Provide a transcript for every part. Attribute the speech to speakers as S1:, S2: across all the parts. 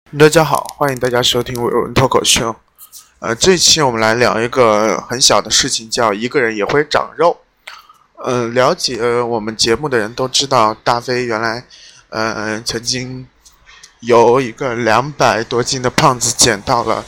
S1: 大家好，欢迎大家收听伟文脱口秀。这一期我们来聊一个很小的事情，叫一个人也会长肉。了解我们节目的人都知道，大飞原来曾经由一个200多斤的胖子减到了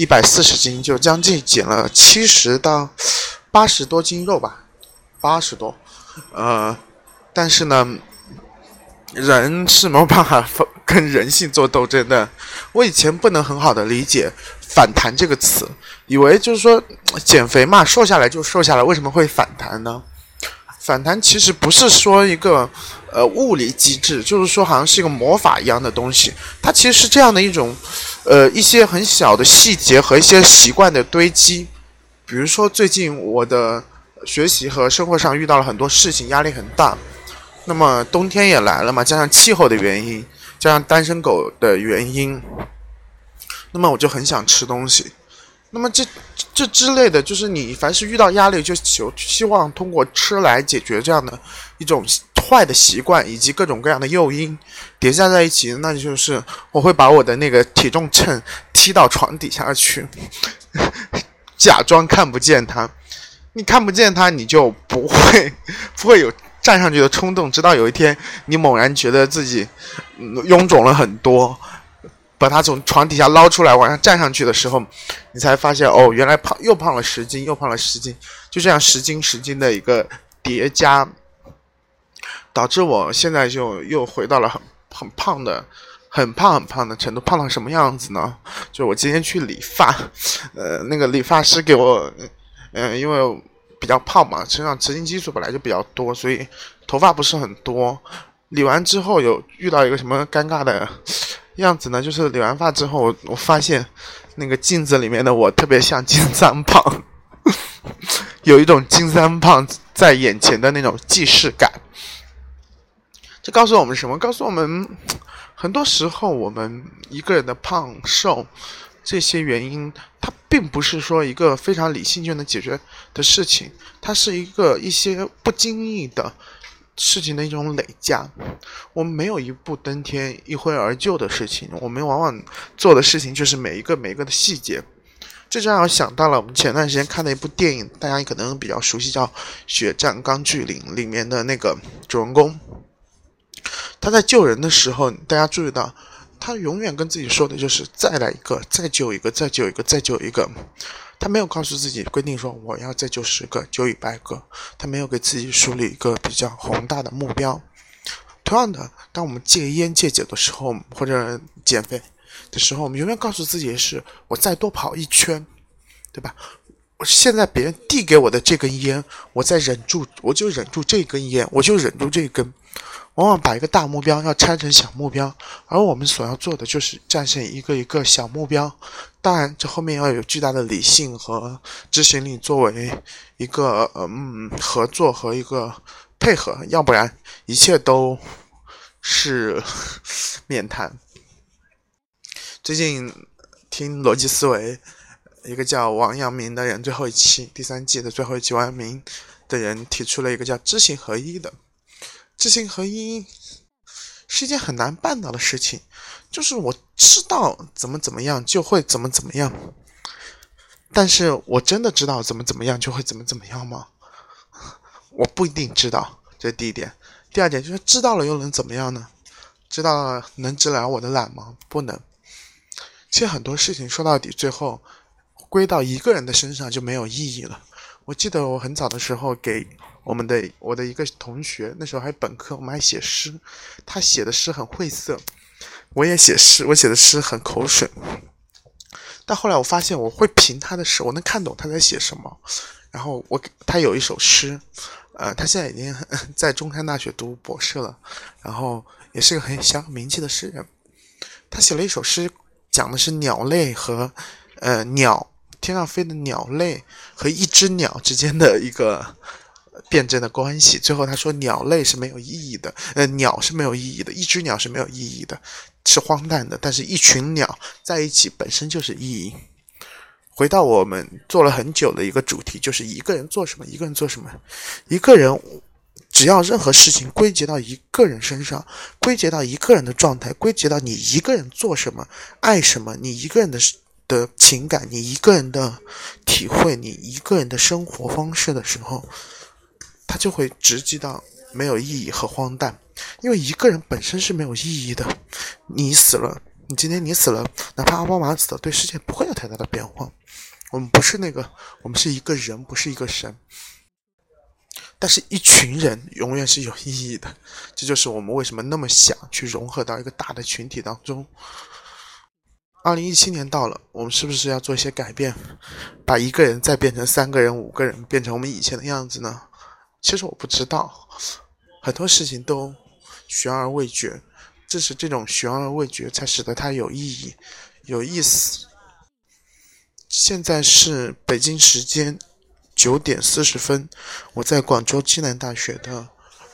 S1: 140斤，就将近减了70到80多斤肉吧，80多。但是呢，人是没有办法跟人性做斗争的。我以前不能很好的理解反弹这个词，以为就是说减肥嘛，瘦下来就瘦下来，为什么会反弹呢？反弹其实不是说一个物理机制，就是说好像是一个魔法一样的东西，它其实是这样的一种一些很小的细节和一些习惯的堆积。比如说最近我的学习和生活上遇到了很多事情，压力很大。那么冬天也来了嘛，加上气候的原因，加上单身狗的原因，那么我就很想吃东西。那么这之类的，就是你凡是遇到压力，就希望通过吃来解决这样的一种坏的习惯，以及各种各样的诱因叠加在一起，那就是我会把我的那个体重秤踢到床底下去，假装看不见它。你看不见它，你就不会有站上去的冲动，直到有一天你猛然觉得自己臃肿了很多，把它从床底下捞出来往上站上去的时候，你才发现哦，原来又胖了10斤，又胖了10斤，就这样10斤10斤的一个叠加，导致我现在就又回到了很胖的。很胖的程度，胖到什么样子呢？就我今天去理发，那个理发师给我，因为比较胖嘛，身上雌性激素本来就比较多，所以头发不是很多。理完之后有遇到一个什么尴尬的样子呢？就是理完发之后，我发现那个镜子里面的我特别像金三胖，有一种金三胖在眼前的那种既视感。这告诉我们什么？告诉我们很多时候我们一个人的胖瘦这些原因，它并不是说一个非常理性就能解决的事情，它是一些不经意的事情的一种累加。我们没有一步登天一挥而就的事情，我们往往做的事情就是每一个的细节。这就让我想到了我们前段时间看的一部电影，大家可能比较熟悉，叫《血战钢锯岭》里面的那个主人公。他在救人的时候，大家注意到他永远跟自己说的就是再来一个，再救一个，再救一个，再救一个。他没有告诉自己规定说我要再救10个，救100个，他没有给自己树立一个比较宏大的目标。同样的，当我们戒烟戒酒的时候，或者减肥的时候，我们永远告诉自己是我再多跑1圈，对吧？现在别人递给我的这根烟，我再忍住，我就忍住这根烟，我就忍住这根。往往把一个大目标要拆成小目标，而我们所要做的就是战胜一个一个小目标。当然，这后面要有巨大的理性和执行力作为一个合作和一个配合，要不然一切都是免谈。最近听逻辑思维一个叫王阳明的人，最后一期第3季的最后一期，王阳明的人提出了一个叫知行合一的。知行合一是一件很难办到的事情，就是我知道怎么样就会怎么样，但是我真的知道怎么样就会怎么样吗？我不一定知道，这是第一点。第二点就是知道了又能怎么样呢？知道了能治疗我的懒吗？不能。其实很多事情说到底最后归到一个人的身上就没有意义了。我记得我很早的时候给我的一个同学，那时候还本科，我们还写诗，他写的诗很晦涩，我也写诗，我写的诗很口水。但后来我发现我会评他的诗，我能看懂他在写什么。然后他有一首诗，他现在已经在中山大学读博士了，然后也是个很小有名气的诗人。他写了一首诗，讲的是鸟类和天上飞的鸟类和一只鸟之间的一个辩证的关系。最后他说鸟类是没有意义的，鸟是没有意义的，一只鸟是没有意义的，是荒诞的，但是一群鸟在一起本身就是意义。回到我们做了很久的一个主题，就是一个人做什么，一个人做什么。一个人只要任何事情归结到一个人身上，归结到一个人的状态，归结到你一个人做什么、爱什么，你一个人的情感，你一个人的体会，你一个人的生活方式的时候，它就会直击到没有意义和荒诞。因为一个人本身是没有意义的，你死了，今天你死了，哪怕奥巴马死了，对世界不会有太大的变化。我们不是我们是一个人，不是一个神。但是一群人永远是有意义的，这就是我们为什么那么想去融合到一个大的群体当中。2017年到了，我们是不是要做一些改变，把一个人再变成3个人、5个人，变成我们以前的样子呢？其实我不知道，很多事情都悬而未决，正是这种悬而未决才使得它有意义、有意思。现在是北京时间9点40分，我在广州暨南大学的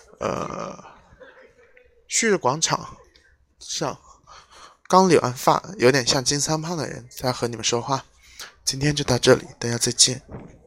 S1: 旭日广场上，刚理完发，有点像金三胖的人在和你们说话。今天就到这里，大家再见。